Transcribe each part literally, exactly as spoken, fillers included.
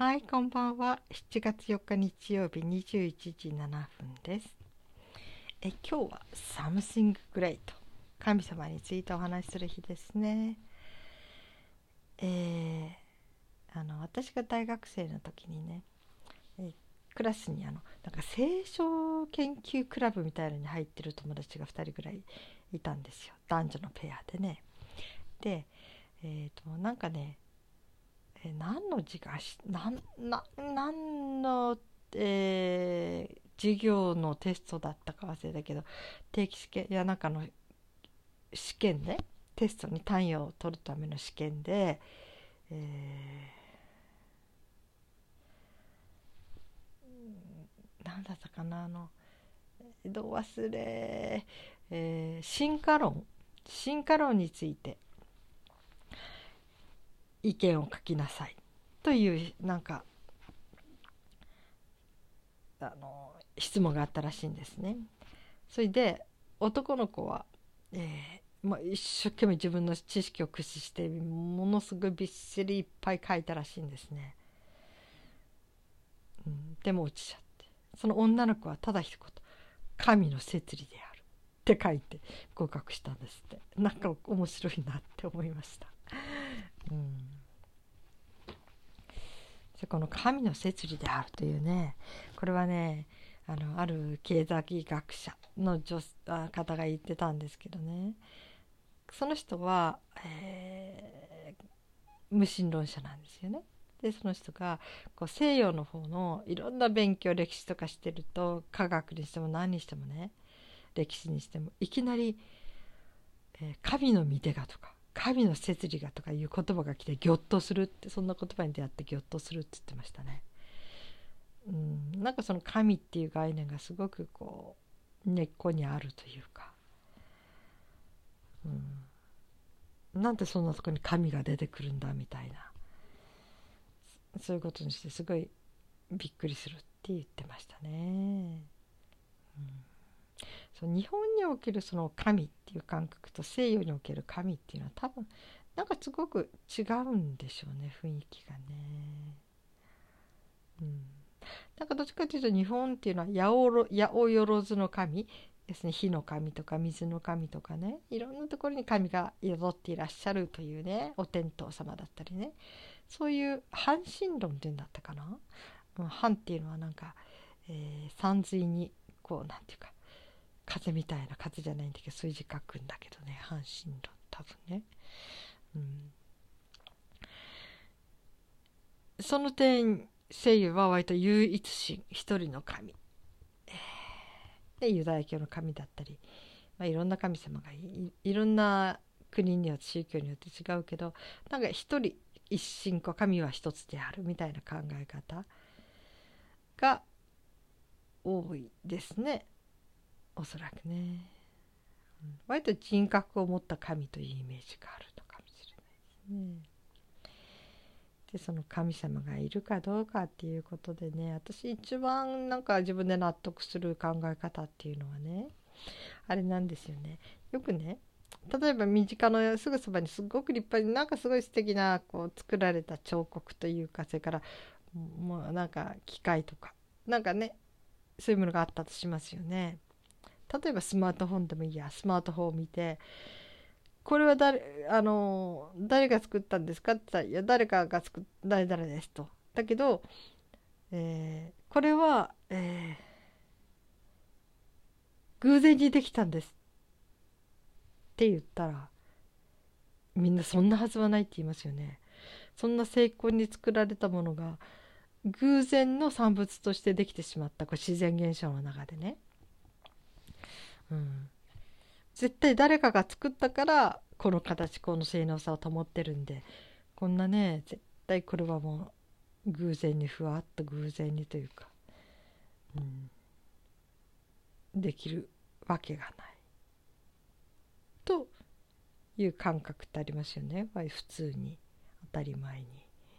はい、こんばんは。しちがつよっか日曜日にじゅういちじななふんです。え今日は Something Great 神様についてお話しする日ですね。えー、あの私が大学生の時にね、えクラスにあのなんか聖書研究クラブみたいなのに入ってる友達がふたりぐらいいたんですよ。男女のペアでね。で、えーとなんかねえ何の字がし何な何の、えー授業のテストだったか忘れたけど、定期試験いやなんかの試験ね、テストに単位を取るための試験で、えー、何だったかな、あのどう忘れ、えー、進化論進化論について意見を書きなさいというなんかあの質問があったらしいんですね。それで男の子は、えーまあ、一生懸命自分の知識を駆使してものすごいびっしりいっぱい書いたらしいんですね、うん、でも落ちちゃって、その女の子はただ一言神の摂理であるって書いて合格したんですって。なんか面白いなって思いました、うん、でこの神の摂理であるというね、これはねあのある経済学者の女方が言ってたんですけどね、その人は、えー無神論者なんですよね。でその人がこう西洋の方のいろんな勉強歴史とかしてると、科学にしても何にしてもね、歴史にしてもいきなり、えー神の御手がとか神の摂理がとかいう言葉が来てギョッとするって、そんな言葉に出会ってギョッとするって言ってましたね。うん、なんかその神っていう概念がすごくこう根っこにあるというか、うん、なんでそんなとこに神が出てくるんだみたいな、そういうことにしてすごいびっくりするって言ってましたね。うん、そう日本におけるその神っていう感覚と西洋における神っていうのは多分なんかすごく違うんでしょうね、雰囲気がね。うん、なんかどっちかというと日本っていうのは八百万の神ですね、火の神とか水の神とかね、いろんなところに神が宿っていらっしゃるというね、お天道様だったりね、そういう半神論っていうんだったかな。半っていうのはなんか、えー、山水にこうなんていうか風みたいな、風じゃないんだけどそういう字書くんだけどね、半神論多分ね、うん、その点西洋は割と唯一神一人の神で、ユダヤ教の神だったり、まあ、いろんな神様が い, いろんな国によって宗教によって違うけど、なんか一人一神か神は一つであるみたいな考え方が多いですね、おそらくね。うん、割と人格を持った神というイメージがあるのかもしれないですね。でその神様がいるかどうかっていうことでね、私一番なんか自分で納得する考え方っていうのはね、あれなんですよね。よくね、例えば身近のすぐそばにすごく立派になんかすごい素敵なこう作られた彫刻というか、それからもうなんか機械とかなんかね、そういうものがあったとしますよね。例えばスマートフォンでもいいや、スマートフォンを見て、これは誰あの誰が作ったんですかって言ったら、いや誰かが作っ誰々ですと。だけど、えーこれは、えー偶然にできたんですって言ったら、みんなそんなはずはないって言いますよね。そんな精巧に作られたものが偶然の産物としてできてしまった、これ自然現象の中でね、うん、絶対誰かが作ったからこの形この性能さを保ってるんで、こんなね絶対これはもう偶然にふわっと偶然にというか、うん、できるわけがないという感覚ってありますよね、普通に当たり前に、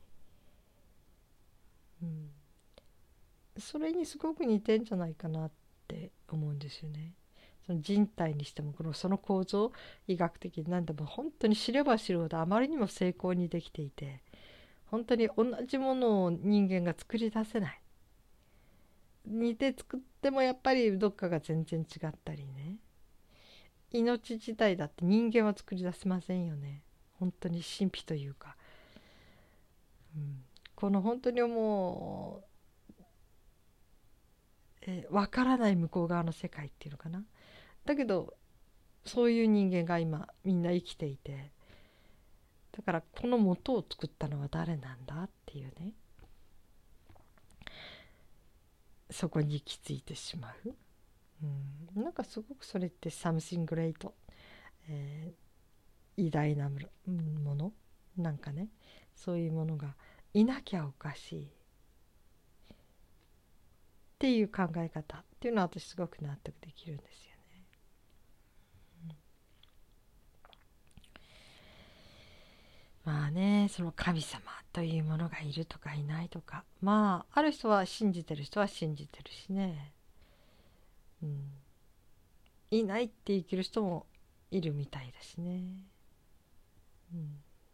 うん、それにすごく似てんじゃないかなって思うんですよね。その人体にしてもこのその構造、医学的に何でも本当に知れば知るほどあまりにも精巧にできていて、 本当に同じものを人間が作り出せない。似て作ってもやっぱりどっかが全然違ったりね。命自体だって人間は作り出せませんよね。本当に神秘というか、うん、この本当にもう、えー、分からない向こう側の世界っていうのかな。だけどそういう人間が今みんな生きていて、だからこの元を作ったのは誰なんだっていうね、そこに行き着いてしまう、うん、なんかすごくそれって something great、えー、偉大なものなんかね、そういうものがいなきゃおかしいっていう考え方っていうのは私すごく納得できるんですよね、うん、まあね、その神様というものがいるとかいないとか、まあある人は信じてる人は信じてるしね、うん、いないって生きる人もいるみたいだしね、うん、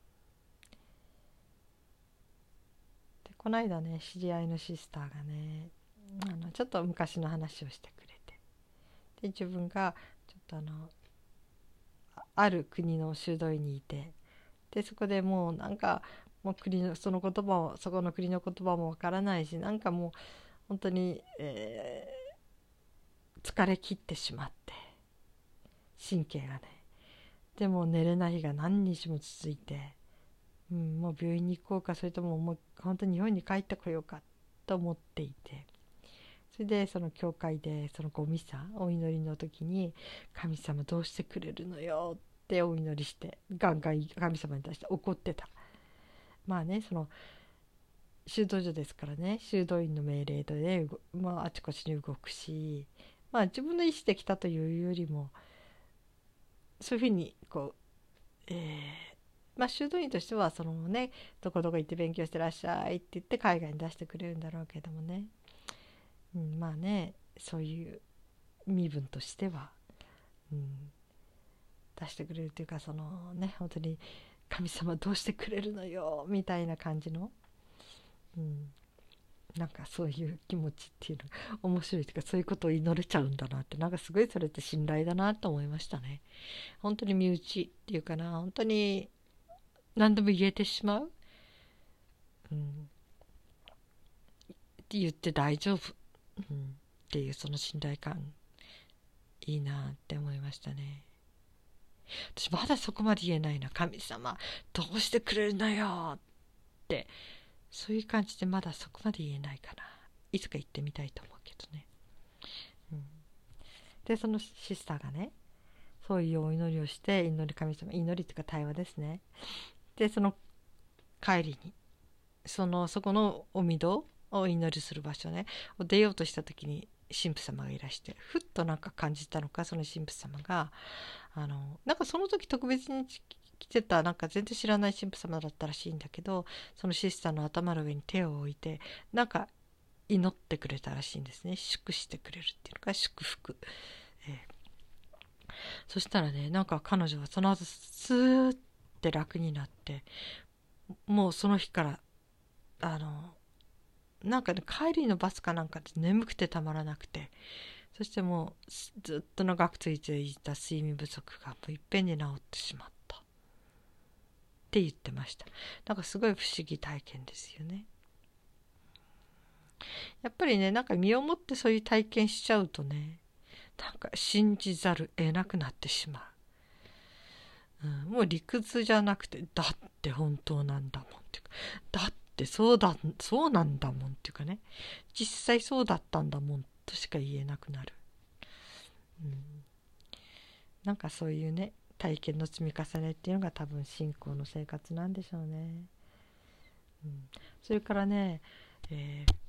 でこの間ね、知り合いのシスターがね、あのちょっと昔の話をしてくれて、で自分がちょっとあのある国の修道院にいて、でそこでもうなんかもう国のその言葉もそこの国の言葉もわからないし、なんかもう本当に、えー、疲れ切ってしまって、神経がね、でも寝れない日が何日も続いて、うん、もう病院に行こうか、それとももう本当に日本に帰ってこようかと思っていて、それでその教会でそのごミサお祈りの時に、神様どうしてくれるのよってお祈りして、ガンガン神様に対して怒ってた。まあね、その修道女ですからね、修道院の命令で、ね、まあ、あちこちに動くし、まあ自分の意思で来たというよりも、そういうふうにこう、えーまあ、修道院としてはそのね、どこどこ行って勉強してらっしゃいって言って海外に出してくれるんだろうけどもね、うん、まあね、そういう身分としては、うん、出してくれるというか、そのね、本当に神様どうしてくれるのよみたいな感じの、うん、なんかそういう気持ちっていうのが面白いというか、そういうことを祈れちゃうんだなって、なんかすごいそれって信頼だなと思いましたね。本当に身内っていうかな、本当に何でも言えてしまう、うん、って言って大丈夫、うん、っていうその信頼感、いいなって思いましたね。私まだそこまで言えないな、神様どうしてくれるのよって、そういう感じでまだそこまで言えないかな。いつか言ってみたいと思うけどね、うん、でそのシスターがね、そういうお祈りをして、祈り神様、祈りっていうか対話ですね。でその帰りにそのそこのお御堂をお祈りする場所ねを出ようとした時に神父様がいらして、ふっとなんか感じたのか、その神父様があのなんかその時特別に来てた、なんか全然知らない神父様だったらしいんだけど、そのシスターの頭の上に手を置いてなんか祈ってくれたらしいんですね。祝してくれるっていうのか、祝福、えー、そしたらね、なんか彼女はその後スーって楽になって、もうその日からあのなんかね、帰りのバスかなんかで眠くてたまらなくて、そしてもうずっと長くついていた睡眠不足がもういっぺんに治ってしまったって言ってました。なんかすごい不思議体験ですよね。やっぱりね、なんか身をもってそういう体験しちゃうとね、なんか信じざる得なくなってしまう、うん、もう理屈じゃなくて、だって本当なんだもんっていうか、だってそうだそうなんだもんっていうかね、実際そうだったんだもんとしか言えなくなる、うん、なんかそういうね、体験の積み重ねっていうのが多分信仰の生活なんでしょうね、うん、それからね、えー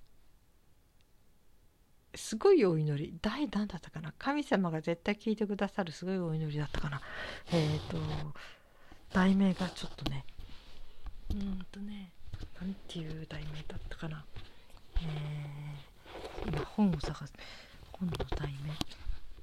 すごいお祈り、第何だったかな、神様が絶対聞いてくださるすごいお祈りだったかな、えっと題名がちょっとね、うんとね、なんていう題名だったかな、えー、今本を探す、本の題名、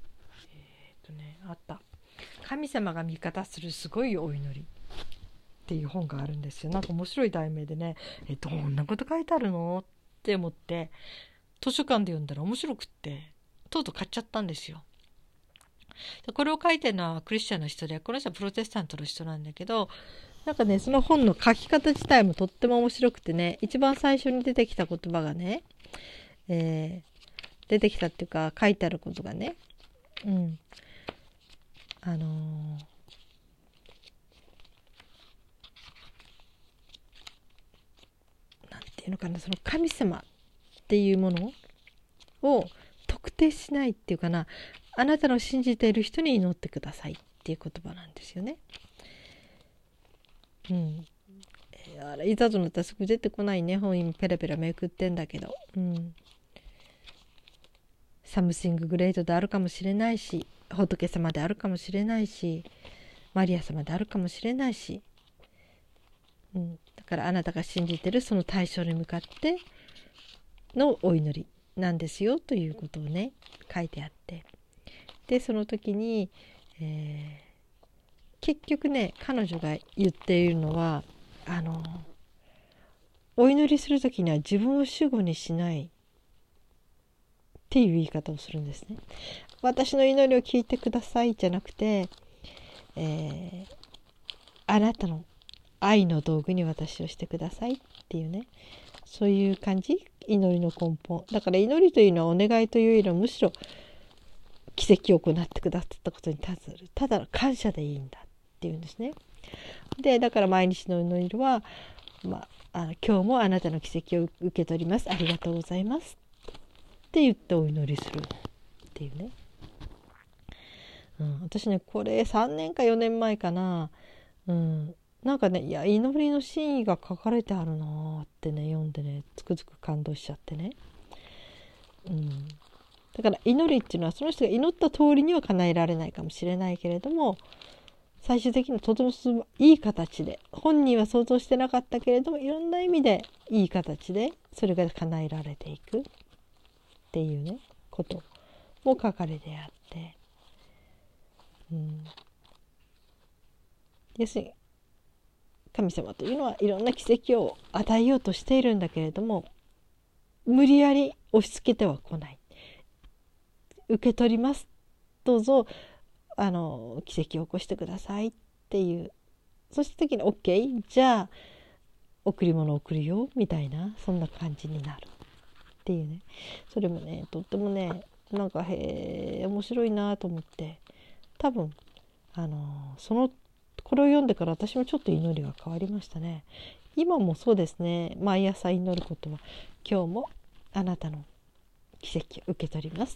えっとね、あった、神様が味方するすごいお祈りっっていう本があるんですよ。なんか面白い題名でね、えどんなこと書いてあるのって思って図書館で読んだら面白くってとうとう買っちゃったんですよ。これを書いてるのはクリスチャンの人で、この人はプロテスタントの人なんだけど、なんかねその本の書き方自体もとっても面白くてね、一番最初に出てきた言葉がね、えー、出てきたっていうか書いてあることがね、うんあのー、なんていうのかな、その神様っていうものを特定しないっていうかな、あなたの信じている人に祈ってくださいっていう言葉なんですよね。うん。あれいざとなったらすぐ出てこないね。本今ペラペラめくってんだけど、うん。サムシンググレートであるかもしれないし、仏様であるかもしれないし、マリア様であるかもしれないし、うん、だからあなたが信じてるその対象に向かってのお祈りなんですよということをね書いてあって、でその時に、えー、結局ね彼女が言っているのは、あのお祈りする時には自分を主語にしないっていう言い方をするんですね。私の祈りを聞いてくださいじゃなくて、えー、あなたの愛の道具に私をしてくださいっていうね、そういう感じ、祈りの根本だから。祈りというのはお願いというよりはむしろ奇跡を行ってくださったことに対するただの感謝でいいんだっていうんですね。でだから毎日の祈りは、まあ、あの今日もあなたの奇跡を受け取ります、ありがとうございますって言ってお祈りするっていうね、うん、私ねこれさんねんかよねんまえかな、うん、なんかねいや祈りの真意が書かれてあるなってね読んでねつくづく感動しちゃってね、うん、だから祈りっていうのはその人が祈った通りには叶えられないかもしれないけれども、最終的にとてもいい形で、本人は想像してなかったけれどもいろんな意味でいい形でそれが叶えられていくっていうねことも書かれてあって、うん、要するに神様というのはいろんな奇跡を与えようとしているんだけれども、無理やり押し付けては来ない。受け取ります、どうぞあの奇跡を起こしてくださいっていう、そした時に OK じゃあ贈り物を送るよみたいな、そんな感じになるっていうね、それもねとってもねなんかへえ面白いなと思って、多分あのそのこれを読んでから私もちょっと祈りが変わりましたね。今もそうですね、毎朝祈ることは今日もあなたの奇跡を受け取ります、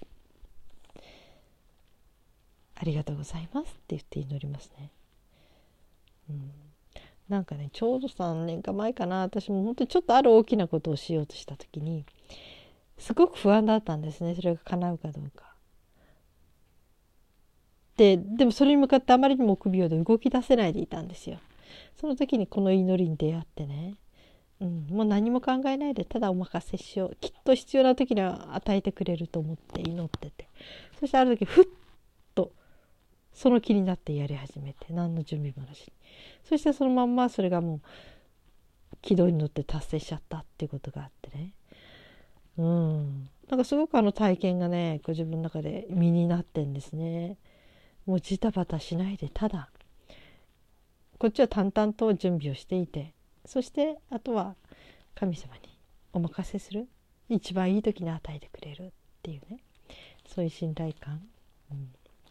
ありがとうございますって言って祈りますね。うん、なんかねちょうどさんねんかまえかな、私も本当にちょっとある大きなことをしようとした時にすごく不安だったんですね、それが叶うかどうかで。でもそれに向かってあまりにも臆病で動き出せないでいたんですよ。その時にこの祈りに出会ってね、うん、もう何も考えないでただお任せしよう、きっと必要な時には与えてくれると思って祈ってて、そしてある時ふっとその気になってやり始めて、何の準備もなしに、そしてそのまんまそれがもう軌道に乗って達成しちゃったっていうことがあってね、うん、なんかすごくあの体験がねご自分の中で身になってんですね。もうジタバタしないで、ただこっちは淡々と準備をしていて、そしてあとは神様にお任せする、一番いい時に与えてくれるっていうね、そういう信頼感、うん、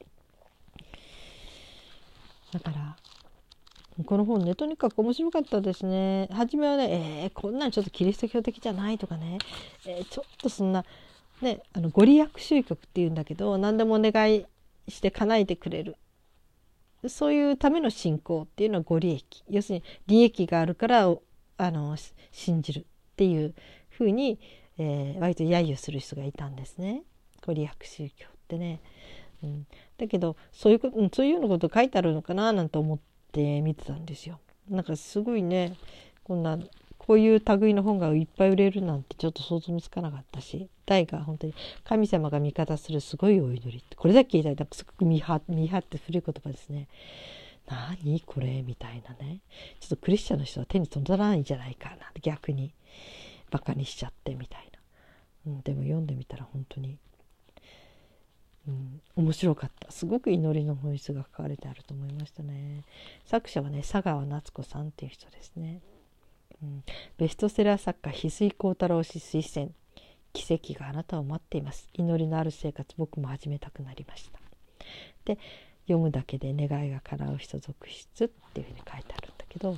だからこの本ねとにかく面白かったですね。初めはね、えー、こんなんちょっとキリスト教的じゃないとかね、えー、ちょっとそんなね、あのご利益宗教っていうんだけど何でもお願いして叶えてくれる、そういうための信仰っていうのはご利益、要するに利益があるからあの信じるっていうふうに、えー、割と揶揄する人がいたんですね、ご利益宗教ってね、うん、だけどそういうこと、そういうようなこと書いてあるのかななんて思って見てたんですよ。なんかすごいね、こんなこういう類の本がいっぱい売れるなんてちょっと想像もつかなかったし、題が本当に神様が味方するすごいお祈りって、これだけ聞いたらすごく見張って古い言葉ですね。 何これみたいなね、ちょっとクリスチャンの人は手に取らないんじゃないかなって逆にバカにしちゃってみたいな、うん、でも読んでみたら本当に、うん、面白かった。すごく祈りの本質が書かれてあると思いましたね。作者はね佐川夏子さんっていう人ですね、うん、ベストセラー作家翡翠幸太郎氏推薦、奇跡があなたを待っています、祈りのある生活僕も始めたくなりました。で読むだけで願いが叶う人続出っていうふうに書いてあるんだけど、うん、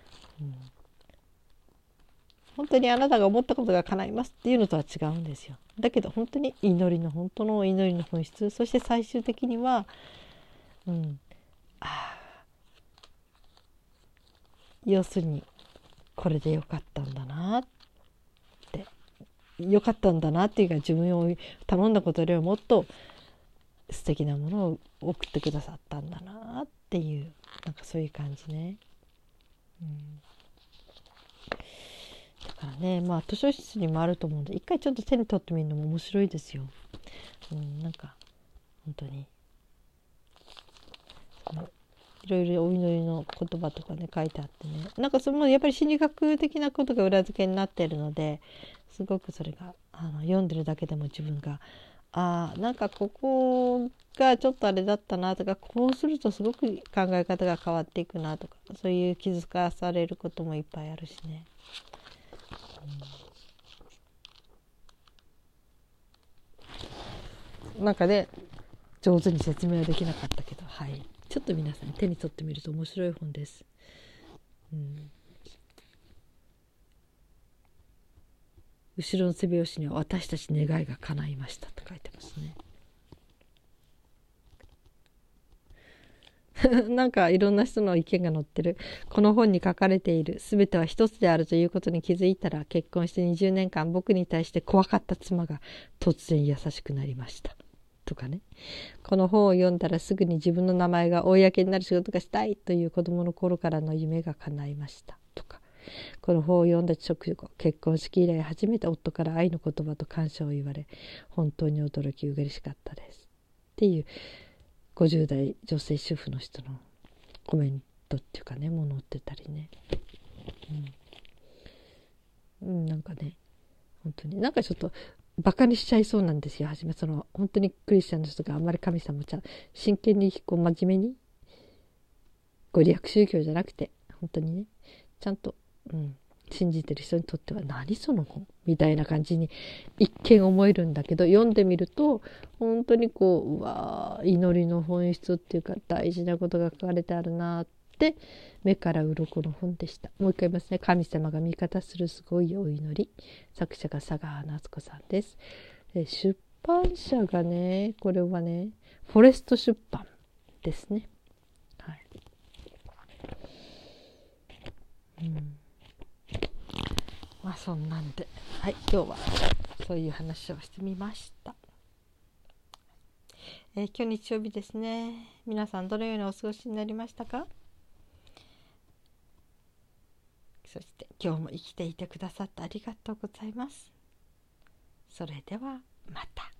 本当にあなたが思ったことが叶いますっていうのとは違うんですよ。だけど本当に祈りの本当の祈りの本質、そして最終的には、うん、あ要するにこれでよかったんだなって、よかったんだなっていうか、自分を頼んだことよりはもっと素敵なものを送ってくださったんだなっていう、なんかそういう感じね、うん、だからね、まあ図書室にもあると思うんで一回ちょっと手に取ってみるのも面白いですよ、うん、なんか本当にいろいろお祈りの言葉とかね書いてあってね、なんかそのやっぱり心理学的なことが裏付けになっているので、すごくそれがあの読んでるだけでも自分があなんかここがちょっとあれだったなとか、こうするとすごく考え方が変わっていくなとか、そういう気づかされることもいっぱいあるしね、うん、なんかね上手に説明はできなかったけど、はい、ちょっと皆さん手に取ってみると面白い本です、うん、後ろの背拍子には私たち願いが叶いましたと書いてますねなんかいろんな人の意見が載ってる。この本に書かれている全ては一つであるということに気づいたら、結婚してにじゅうねんかん僕に対して怖かった妻が突然優しくなりましたとかね。この本を読んだらすぐに自分の名前が公になる仕事がしたいという子供の頃からの夢が叶いましたとか。この本を読んだ直後、結婚式以来初めて夫から愛の言葉と感謝を言われ、本当に驚き嬉しかったですっていうごじゅう代女性主婦の人のコメントっていうかね、ものってたりね、うん、うん、なんかね本当になんかちょっとバカにしちゃいそうなんですよ。はじめその本当にクリスチャンの人があんまり神様をちゃん真剣にこう真面目にご利益宗教じゃなくて本当にねちゃんと、うん、信じてる人にとっては何その本みたいな感じに一見思えるんだけど、読んでみると本当にこう、うわ祈りの本質っていうか大事なことが書かれてあるなって目から鱗の本でした。もう一回言いますね。神様が味方するすごいお祈り、作者が佐川夏子さんです。え出版社がね、これはねフォレスト出版ですね。はい、うんまあそんなんで、はい、今日はそういう話をしてみました。えー、今日日曜日ですね。皆さんどのようにお過ごしになりましたか？そして今日も生きていてくださってありがとうございます。それではまた。